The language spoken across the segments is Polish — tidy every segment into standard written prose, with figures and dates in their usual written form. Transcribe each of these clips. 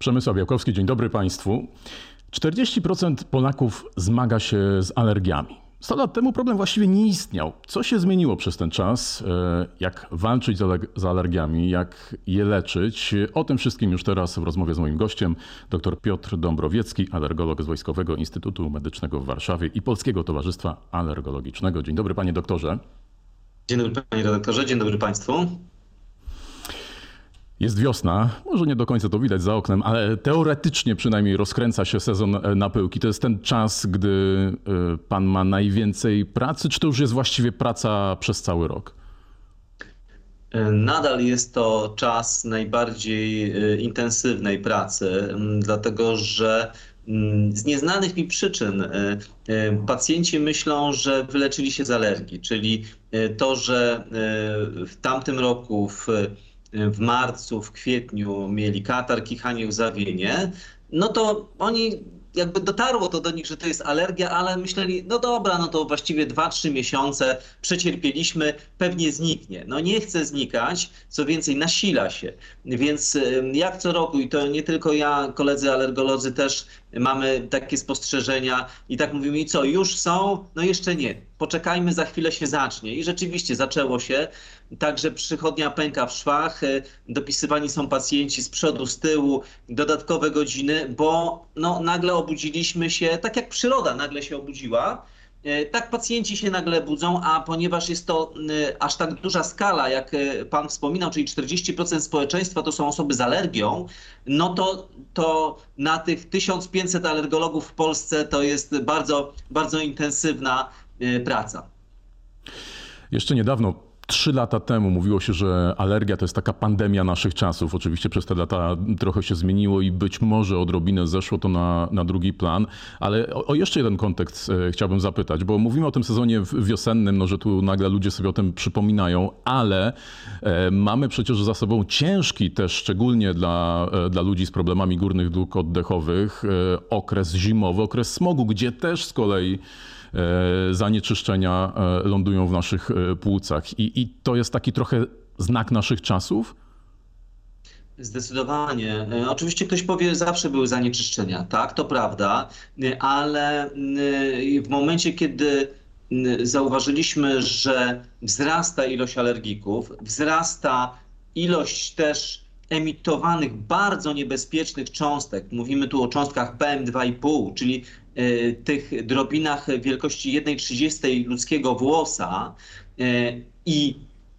Przemysław Białkowski, dzień dobry Państwu. 40% Polaków zmaga się z alergiami. 100 lat temu problem właściwie nie istniał. Co się zmieniło przez ten czas? Jak walczyć z alergiami? Jak je leczyć? O tym wszystkim już teraz w rozmowie z moim gościem, dr Piotr Dąbrowiecki, alergolog z Wojskowego Instytutu Medycznego w Warszawie i Polskiego Towarzystwa Alergologicznego. Dzień dobry panie doktorze. Dzień dobry panie redaktorze, dzień dobry państwu. Jest wiosna, może nie do końca to widać za oknem, ale teoretycznie przynajmniej rozkręca się sezon na pyłki. To jest ten czas, gdy pan ma najwięcej pracy, czy to już jest właściwie praca przez cały rok? Nadal jest to czas najbardziej intensywnej pracy, dlatego że z nieznanych mi przyczyn pacjenci myślą, że wyleczyli się z alergii, czyli to, że w tamtym roku w marcu, w kwietniu mieli katar, kichanie, łzawienie, no to oni jakby dotarło to do nich, że to jest alergia, ale myśleli, no dobra, no to właściwie 2-3 miesiące przecierpieliśmy, pewnie zniknie. No nie chce znikać, co więcej nasila się. Więc jak co roku, i to nie tylko ja, koledzy alergolodzy też mamy takie spostrzeżenia i tak mówimy, i co, już są? No jeszcze nie. Poczekajmy, za chwilę się zacznie. I rzeczywiście zaczęło się. Także przychodnia pęka w szwach, dopisywani są pacjenci z przodu, z tyłu, dodatkowe godziny, bo no, nagle obudziliśmy się, tak jak przyroda nagle się obudziła, tak pacjenci się nagle budzą, a ponieważ jest to aż tak duża skala, jak pan wspominał, czyli 40% społeczeństwa to są osoby z alergią, no to na tych 1500 alergologów w Polsce to jest bardzo, bardzo intensywna praca. Jeszcze niedawno, 3 lata temu mówiło się, że alergia to jest taka pandemia naszych czasów. Oczywiście przez te lata trochę się zmieniło i być może odrobinę zeszło to na drugi plan. Ale o jeszcze jeden kontekst chciałbym zapytać, bo mówimy o tym sezonie wiosennym, no, że tu nagle ludzie sobie o tym przypominają, ale mamy przecież za sobą ciężki też, szczególnie dla ludzi z problemami górnych dróg oddechowych, okres zimowy, okres smogu, gdzie też z kolei zanieczyszczenia lądują w naszych płucach. I to jest taki trochę znak naszych czasów? Zdecydowanie. Oczywiście ktoś powie, zawsze były zanieczyszczenia. Tak, to prawda, ale w momencie, kiedy zauważyliśmy, że wzrasta ilość alergików, wzrasta ilość też emitowanych bardzo niebezpiecznych cząstek. Mówimy tu o cząstkach PM2,5, czyli tych drobinach wielkości 1/30 ludzkiego włosa i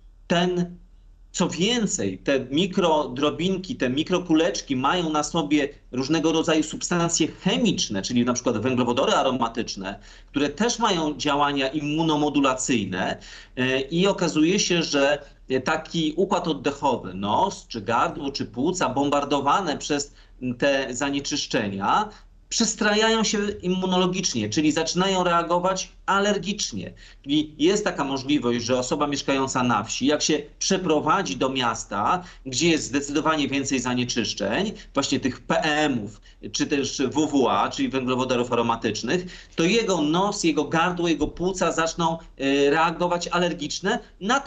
co więcej, te mikrodrobinki, te mikrokuleczki mają na sobie różnego rodzaju substancje chemiczne, czyli na przykład węglowodory aromatyczne, które też mają działania immunomodulacyjne i okazuje się, że taki układ oddechowy, nos, czy gardło, czy płuca bombardowane przez te zanieczyszczenia przestrajają się immunologicznie, czyli zaczynają reagować alergicznie. Czyli jest taka możliwość, że osoba mieszkająca na wsi, jak się przeprowadzi do miasta, gdzie jest zdecydowanie więcej zanieczyszczeń, właśnie tych PM-ów, czy też WWA, czyli węglowodarów aromatycznych, to jego nos, jego gardło, jego płuca zaczną reagować alergiczne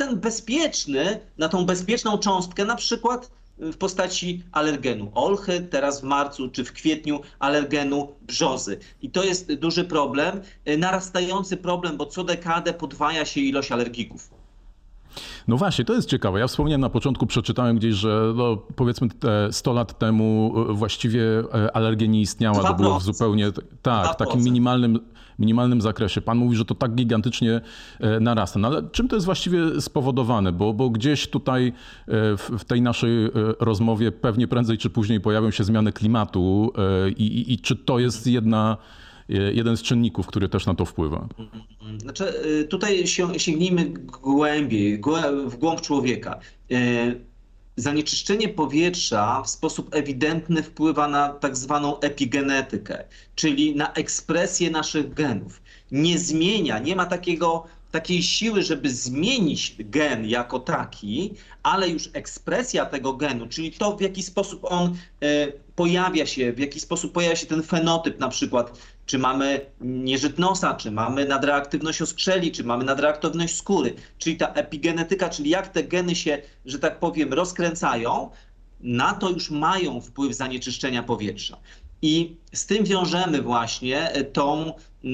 na tą bezpieczną cząstkę, na przykład w postaci alergenu olchy, teraz w marcu czy w kwietniu alergenu brzozy. I to jest duży problem, narastający problem, bo co dekadę podwaja się ilość alergików. No właśnie, to jest ciekawe. Ja wspomniałem na początku, przeczytałem gdzieś, że no, powiedzmy 100 lat temu właściwie alergia nie istniała. 2%. To było w zupełnie takim minimalnym zakresie. Pan mówi, że to tak gigantycznie narasta. No ale czym to jest właściwie spowodowane? Bo gdzieś tutaj w tej naszej rozmowie pewnie prędzej czy później pojawią się zmiany klimatu i czy to jest jeden z czynników, który też na to wpływa? Znaczy, tutaj sięgnijmy głębiej, w głąb człowieka. Zanieczyszczenie powietrza w sposób ewidentny wpływa na tak zwaną epigenetykę, czyli na ekspresję naszych genów. Nie ma takiej siły, żeby zmienić gen jako taki, ale już ekspresja tego genu, czyli to, w jaki sposób on pojawia się, w jaki sposób pojawia się ten fenotyp, na przykład czy mamy nieżyt nosa, czy mamy nadreaktywność oskrzeli, czy mamy nadreaktywność skóry. Czyli ta epigenetyka, czyli jak te geny się, że tak powiem, rozkręcają, na to już mają wpływ zanieczyszczenia powietrza. I z tym wiążemy właśnie tą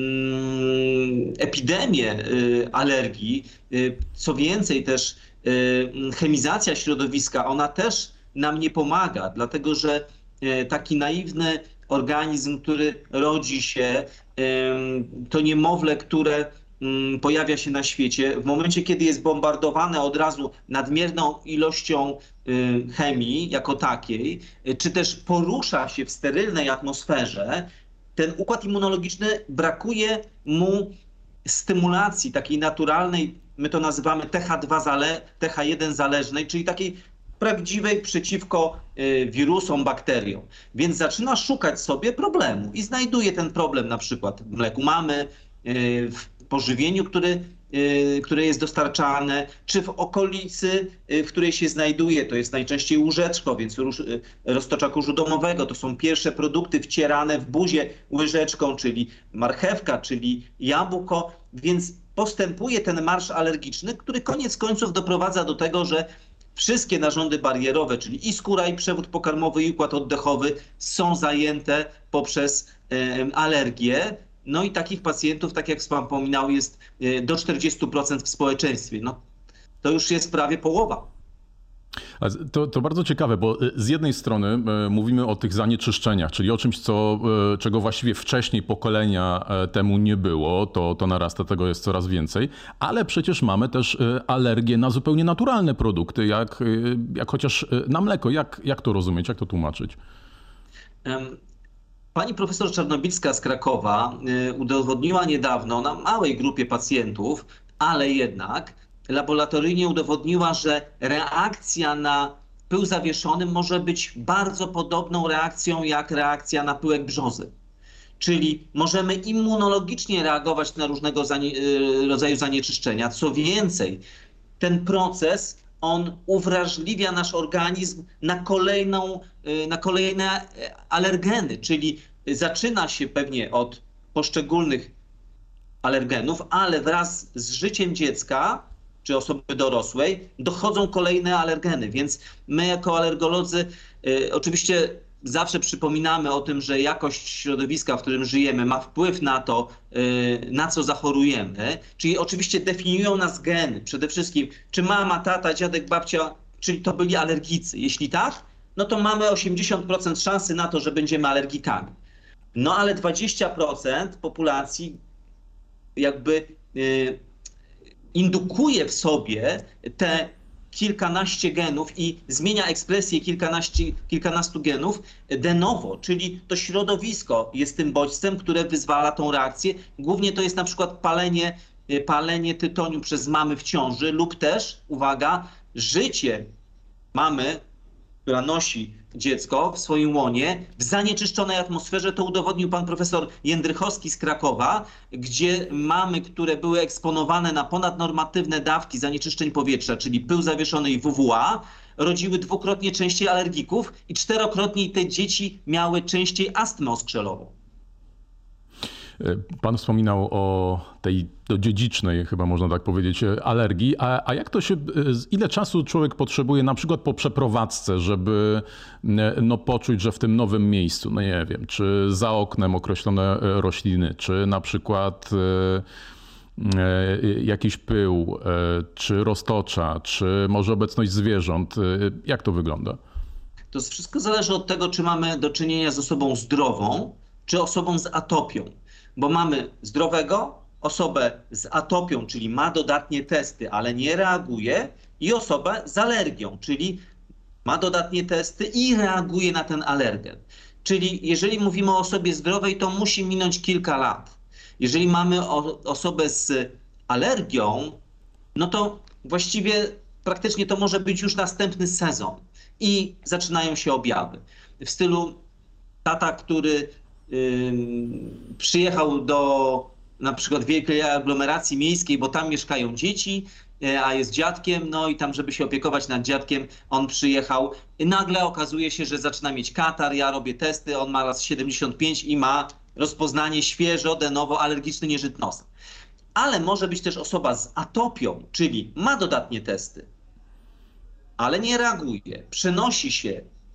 epidemię alergii. Co więcej też chemizacja środowiska, ona też nam nie pomaga, dlatego że taki naiwny organizm, który rodzi się, to niemowlę, które pojawia się na świecie, w momencie, kiedy jest bombardowane od razu nadmierną ilością chemii jako takiej, czy też porusza się w sterylnej atmosferze, ten układ immunologiczny, brakuje mu stymulacji takiej naturalnej, my to nazywamy TH1 zależnej, czyli takiej prawdziwej przeciwko wirusom, bakteriom. Więc zaczyna szukać sobie problemu i znajduje ten problem na przykład w mleku mamy, w pożywieniu, które jest dostarczane, czy w okolicy, w której się znajduje. To jest najczęściej łóżeczko, więc roztocza kurzu domowego. To są pierwsze produkty wcierane w buzię łyżeczką, czyli marchewka, czyli jabłko. Więc postępuje ten marsz alergiczny, który koniec końców doprowadza do tego, że wszystkie narządy barierowe, czyli i skóra, i przewód pokarmowy, i układ oddechowy są zajęte poprzez alergię. No i takich pacjentów, tak jak wspominał, jest do 40% w społeczeństwie. No, to już jest prawie połowa. To bardzo ciekawe, bo z jednej strony mówimy o tych zanieczyszczeniach, czyli o czymś, czego właściwie wcześniej pokolenia temu nie było, to narasta, tego jest coraz więcej, ale przecież mamy też alergię na zupełnie naturalne produkty, jak chociaż na mleko. Jak to rozumieć, jak to tłumaczyć? Pani profesor Czarnobilska z Krakowa udowodniła niedawno na małej grupie pacjentów, ale jednak laboratoryjnie udowodniła, że reakcja na pył zawieszony może być bardzo podobną reakcją jak reakcja na pyłek brzozy. Czyli możemy immunologicznie reagować na różnego rodzaju zanieczyszczenia. Co więcej, ten proces, on uwrażliwia nasz organizm na kolejne alergeny, czyli zaczyna się pewnie od poszczególnych alergenów, ale wraz z życiem dziecka czy osoby dorosłej dochodzą kolejne alergeny, więc my jako alergolodzy oczywiście zawsze przypominamy o tym, że jakość środowiska, w którym żyjemy, ma wpływ na to, na co zachorujemy, czyli oczywiście definiują nas geny. Przede wszystkim, czy mama, tata, dziadek, babcia, czyli to byli alergicy. Jeśli tak, no to mamy 80% szansy na to, że będziemy alergikami. No ale 20% populacji jakby indukuje w sobie te kilkanaście genów i zmienia ekspresję kilkunastu genów de novo, czyli to środowisko jest tym bodźcem, które wyzwala tą reakcję. Głównie to jest na przykład palenie tytoniu przez mamy w ciąży lub też, uwaga, życie mamy, która nosi dziecko w swoim łonie, w zanieczyszczonej atmosferze. To udowodnił pan profesor Jędrychowski z Krakowa, gdzie mamy, które były eksponowane na ponadnormatywne dawki zanieczyszczeń powietrza, czyli pył zawieszony i WWA, rodziły dwukrotnie częściej alergików i czterokrotnie te dzieci miały częściej astmę oskrzelową. Pan wspominał o tej dziedzicznej, chyba można tak powiedzieć, alergii. A jak to się, ile czasu człowiek potrzebuje na przykład po przeprowadzce, żeby poczuć, że w tym nowym miejscu, no nie wiem, czy za oknem określone rośliny, czy na przykład jakiś pył, czy roztocza, czy może obecność zwierząt. Jak to wygląda? To wszystko zależy od tego, czy mamy do czynienia z osobą zdrową, czy osobą z atopią. Bo mamy zdrowego, osobę z atopią, czyli ma dodatnie testy, ale nie reaguje, i osobę z alergią, czyli ma dodatnie testy i reaguje na ten alergen. Czyli jeżeli mówimy o osobie zdrowej, to musi minąć kilka lat. Jeżeli mamy osobę z alergią, no to właściwie praktycznie to może być już następny sezon i zaczynają się objawy. W stylu tata, który przyjechał do na przykład wielkiej aglomeracji miejskiej, bo tam mieszkają dzieci, a jest dziadkiem, no i tam, żeby się opiekować nad dziadkiem, on przyjechał. I nagle okazuje się, że zaczyna mieć katar, ja robię testy, on ma raz 75 i ma rozpoznanie świeżo, de novo, alergiczny nieżyt nosa. Ale może być też osoba z atopią, czyli ma dodatnie testy, ale nie reaguje, przenosi się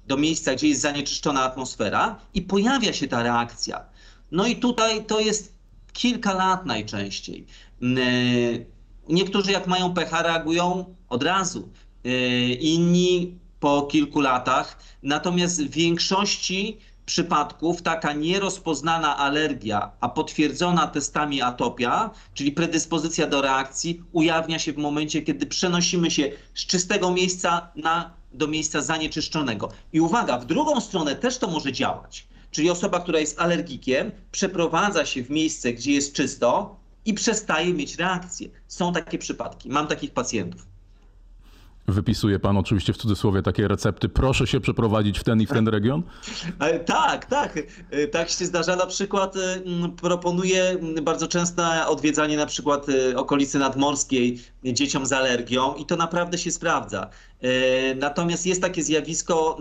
do miejsca, gdzie jest zanieczyszczona atmosfera i pojawia się ta reakcja. No i tutaj to jest kilka lat najczęściej. Niektórzy jak mają pecha reagują od razu, inni po kilku latach, natomiast w większości przypadków taka nierozpoznana alergia, a potwierdzona testami atopia, czyli predyspozycja do reakcji, ujawnia się w momencie, kiedy przenosimy się z czystego miejsca do miejsca zanieczyszczonego. I uwaga, w drugą stronę też to może działać. Czyli osoba, która jest alergikiem, przeprowadza się w miejsce, gdzie jest czysto i przestaje mieć reakcję. Są takie przypadki. Mam takich pacjentów. Wypisuje pan oczywiście w cudzysłowie takie recepty. Proszę się przeprowadzić w ten i w ten region? Tak. Tak się zdarza. Na przykład proponuję bardzo często odwiedzanie na przykład okolicy nadmorskiej dzieciom z alergią i to naprawdę się sprawdza. Natomiast jest takie zjawisko,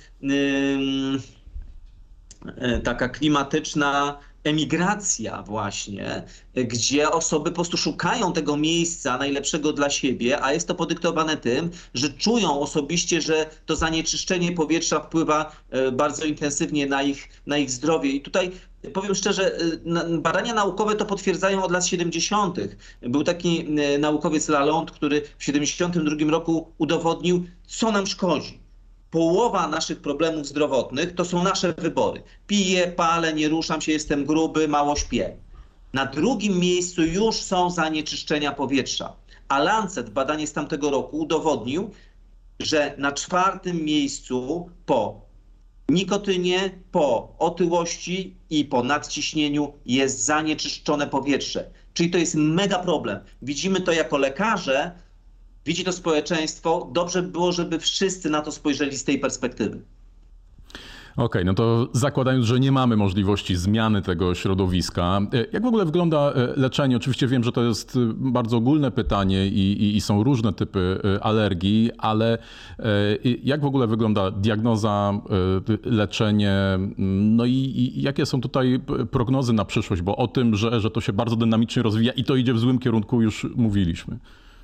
taka klimatyczna emigracja właśnie, gdzie osoby po prostu szukają tego miejsca najlepszego dla siebie, a jest to podyktowane tym, że czują osobiście, że to zanieczyszczenie powietrza wpływa bardzo intensywnie na ich zdrowie. I tutaj powiem szczerze, badania naukowe to potwierdzają od lat 70. Był taki naukowiec Lalonde, który w 72 roku udowodnił, co nam szkodzi. Połowa naszych problemów zdrowotnych to są nasze wybory. Piję, palę, nie ruszam się, jestem gruby, mało śpię. Na drugim miejscu już są zanieczyszczenia powietrza. A Lancet, badanie z tamtego roku, udowodnił, że na czwartym miejscu po nikotynie, po otyłości i po nadciśnieniu jest zanieczyszczone powietrze. Czyli to jest mega problem. Widzimy to jako lekarze, widzi to społeczeństwo. Dobrze by było, żeby wszyscy na to spojrzeli z tej perspektywy. Okej, no to zakładając, że nie mamy możliwości zmiany tego środowiska, jak w ogóle wygląda leczenie? Oczywiście wiem, że to jest bardzo ogólne pytanie i są różne typy alergii, ale jak w ogóle wygląda diagnoza, leczenie, no i jakie są tutaj prognozy na przyszłość? Bo o tym, że to się bardzo dynamicznie rozwija i to idzie w złym kierunku, już mówiliśmy.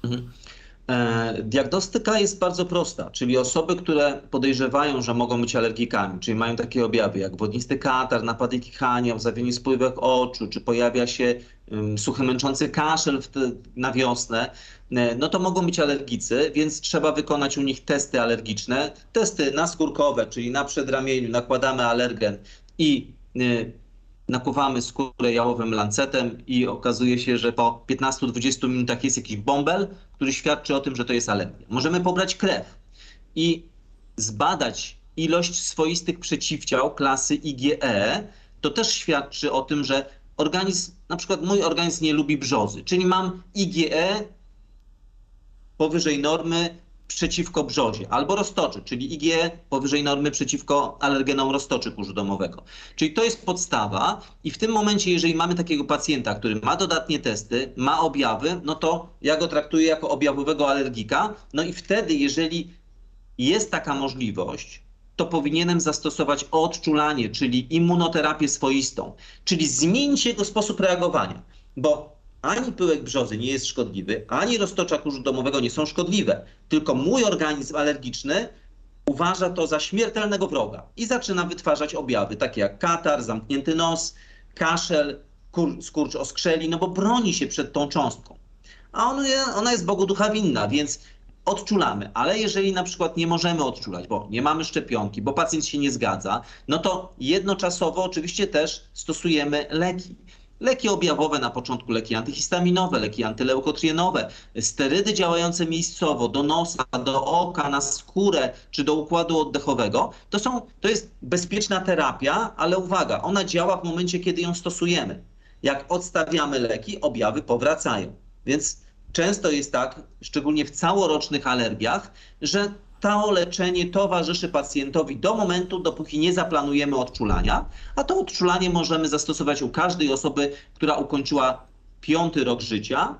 Diagnostyka jest bardzo prosta, czyli osoby, które podejrzewają, że mogą być alergikami, czyli mają takie objawy jak wodnisty katar, napady kichania, łzawienie spływek oczu, czy pojawia się suchy, męczący kaszel na wiosnę, no to mogą być alergicy, więc trzeba wykonać u nich testy alergiczne, testy naskórkowe, czyli na przedramieniu nakładamy alergen i nakłuwamy skórę jałowym lancetem i okazuje się, że po 15-20 minutach jest jakiś bąbel, który świadczy o tym, że to jest alergia. Możemy pobrać krew i zbadać ilość swoistych przeciwciał klasy IgE. To też świadczy o tym, że organizm, na przykład mój organizm nie lubi brzozy, czyli mam IgE powyżej normy przeciwko brzozie, albo roztoczy, czyli IgE powyżej normy przeciwko alergenom roztoczy kurzu domowego. Czyli to jest podstawa i w tym momencie, jeżeli mamy takiego pacjenta, który ma dodatnie testy, ma objawy, no to ja go traktuję jako objawowego alergika, no i wtedy, jeżeli jest taka możliwość, to powinienem zastosować odczulanie, czyli immunoterapię swoistą, czyli zmienić jego sposób reagowania, bo ani pyłek brzozy nie jest szkodliwy, ani roztocza kurzu domowego nie są szkodliwe, tylko mój organizm alergiczny uważa to za śmiertelnego wroga i zaczyna wytwarzać objawy takie jak katar, zamknięty nos, kaszel, skurcz oskrzeli, no bo broni się przed tą cząstką. A ona jest Bogu ducha winna, więc odczulamy, ale jeżeli na przykład nie możemy odczulać, bo nie mamy szczepionki, bo pacjent się nie zgadza, no to jednoczasowo oczywiście też stosujemy leki. Leki objawowe na początku, leki antyhistaminowe, leki antyleukotrienowe, sterydy działające miejscowo do nosa, do oka, na skórę czy do układu oddechowego. To jest bezpieczna terapia, ale uwaga, ona działa w momencie, kiedy ją stosujemy. Jak odstawiamy leki, objawy powracają. Więc często jest tak, szczególnie w całorocznych alergiach, że to leczenie towarzyszy pacjentowi do momentu, dopóki nie zaplanujemy odczulania, a to odczulanie możemy zastosować u każdej osoby, która ukończyła 5. rok życia.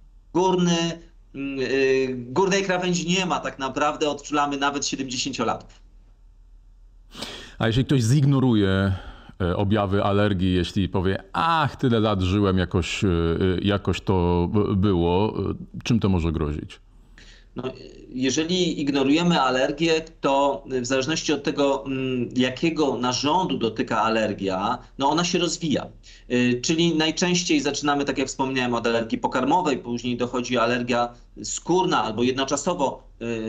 Górnej krawędzi nie ma tak naprawdę, odczulamy nawet 70-latków. A jeżeli ktoś zignoruje objawy alergii, jeśli powie, ach, tyle lat żyłem, jakoś to było, czym to może grozić? No, jeżeli ignorujemy alergię, to w zależności od tego, jakiego narządu dotyka alergia, no ona się rozwija. Czyli najczęściej zaczynamy, tak jak wspomniałem, od alergii pokarmowej, później dochodzi alergia skórna albo jednoczasowo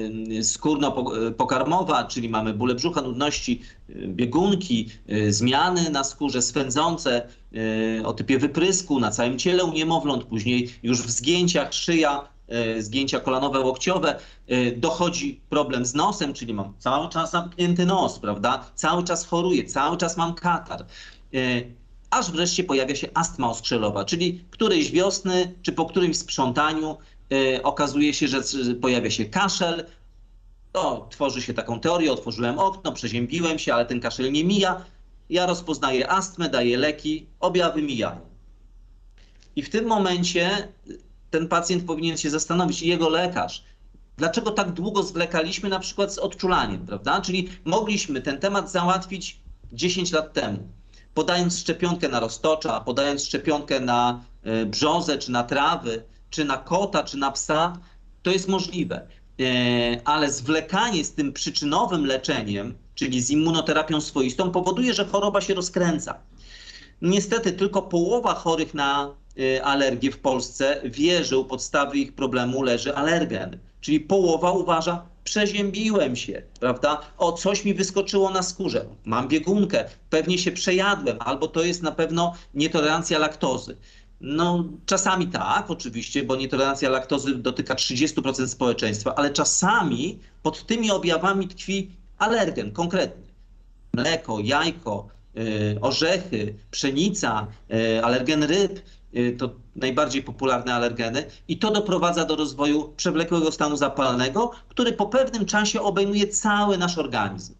skórno-pokarmowa, czyli mamy bóle brzucha, nudności, biegunki, zmiany na skórze swędzące o typie wyprysku na całym ciele u niemowląt, później już w zgięciach szyja, zgięcia kolanowe, łokciowe, dochodzi problem z nosem, czyli mam cały czas zamknięty nos, prawda? Cały czas choruję, cały czas mam katar. Aż wreszcie pojawia się astma oskrzelowa, czyli którejś wiosny, czy po którymś sprzątaniu okazuje się, że pojawia się kaszel. To tworzy się taką teorię, otworzyłem okno, przeziębiłem się, ale ten kaszel nie mija. Ja rozpoznaję astmę, daję leki, objawy mijają. I w tym momencie ten pacjent powinien się zastanowić, i jego lekarz, dlaczego tak długo zwlekaliśmy na przykład z odczulaniem, prawda? Czyli mogliśmy ten temat załatwić 10 lat temu, podając szczepionkę na roztocza, podając szczepionkę na brzozę, czy na trawy, czy na kota, czy na psa, to jest możliwe. Ale zwlekanie z tym przyczynowym leczeniem, czyli z immunoterapią swoistą, powoduje, że choroba się rozkręca. Niestety tylko połowa chorych na alergię w Polsce wie, że u podstawy ich problemu leży alergen. Czyli połowa uważa, przeziębiłem się, prawda? O, coś mi wyskoczyło na skórze, mam biegunkę, pewnie się przejadłem, albo to jest na pewno nietolerancja laktozy. No czasami tak, oczywiście, bo nietolerancja laktozy dotyka 30% społeczeństwa, ale czasami pod tymi objawami tkwi alergen konkretny. Mleko, jajko, orzechy, pszenica, alergen ryb, to najbardziej popularne alergeny i to doprowadza do rozwoju przewlekłego stanu zapalnego, który po pewnym czasie obejmuje cały nasz organizm.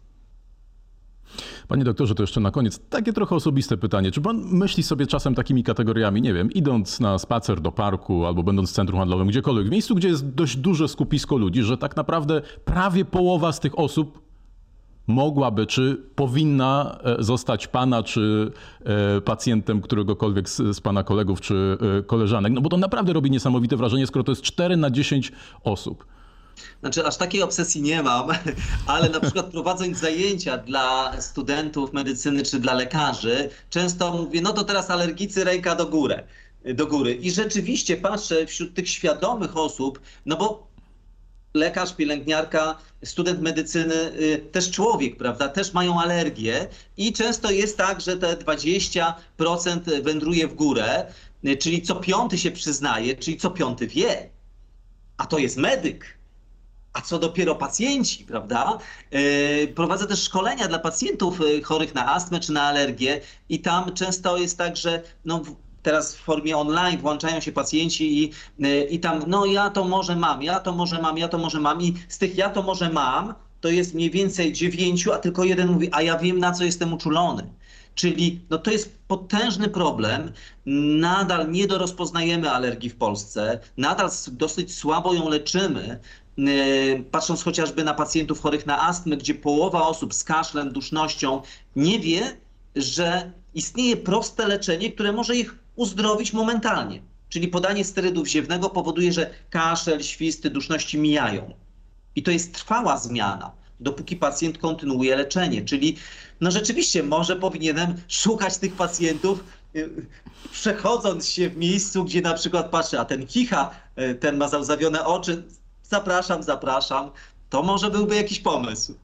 Panie doktorze, to jeszcze na koniec takie trochę osobiste pytanie. Czy pan myśli sobie czasem takimi kategoriami, nie wiem, idąc na spacer do parku albo będąc w centrum handlowym, gdziekolwiek, w miejscu, gdzie jest dość duże skupisko ludzi, że tak naprawdę prawie połowa z tych osób mogłaby, czy powinna zostać pana, czy pacjentem któregokolwiek z pana kolegów, czy koleżanek? No bo to naprawdę robi niesamowite wrażenie, skoro to jest 4 na 10 osób. Znaczy, aż takiej obsesji nie mam, ale na przykład prowadząc zajęcia dla studentów medycyny czy dla lekarzy, często mówię, no to teraz alergicy, ręka do góry. I rzeczywiście patrzę wśród tych świadomych osób, no bo lekarz, pielęgniarka, student medycyny, też człowiek, prawda, też mają alergię i często jest tak, że te 20% wędruje w górę, czyli co piąty się przyznaje, czyli co piąty wie, a to jest medyk. A co dopiero pacjenci, prawda? Prowadzę też szkolenia dla pacjentów chorych na astmę czy na alergię i tam często jest tak, że no, teraz w formie online włączają się pacjenci i tam, no ja to może mam, ja to może mam i z tych ja to może mam, to jest mniej więcej 9, a tylko jeden mówi, a ja wiem, na co jestem uczulony. Czyli no to jest potężny problem. Nadal nie dorozpoznajemy alergii w Polsce, nadal dosyć słabo ją leczymy. Patrząc chociażby na pacjentów chorych na astmę, gdzie połowa osób z kaszlem, dusznością nie wie, że istnieje proste leczenie, które może ich uzdrowić momentalnie. Czyli podanie sterydów ziewnego powoduje, że kaszel, świsty, duszności mijają. I to jest trwała zmiana, dopóki pacjent kontynuuje leczenie. Czyli no rzeczywiście może powinienem szukać tych pacjentów, przechodząc się w miejscu, gdzie na przykład patrzę, a ten kicha, ten ma załzawione oczy, zapraszam. To może byłby jakiś pomysł.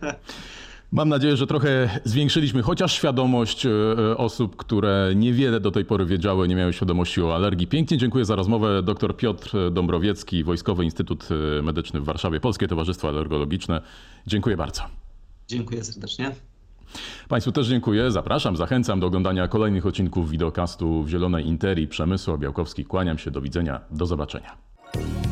Mam nadzieję, że trochę zwiększyliśmy chociaż świadomość osób, które niewiele do tej pory wiedziały, nie miały świadomości o alergii. Pięknie dziękuję za rozmowę. Dr Piotr Dąbrowiecki, Wojskowy Instytut Medyczny w Warszawie, Polskie Towarzystwo Alergologiczne. Dziękuję bardzo. Dziękuję serdecznie. Państwu też dziękuję. Zapraszam, zachęcam do oglądania kolejnych odcinków wideocastu w Zielonej Interii. Przemysław Białkowski, kłaniam się, do widzenia, do zobaczenia.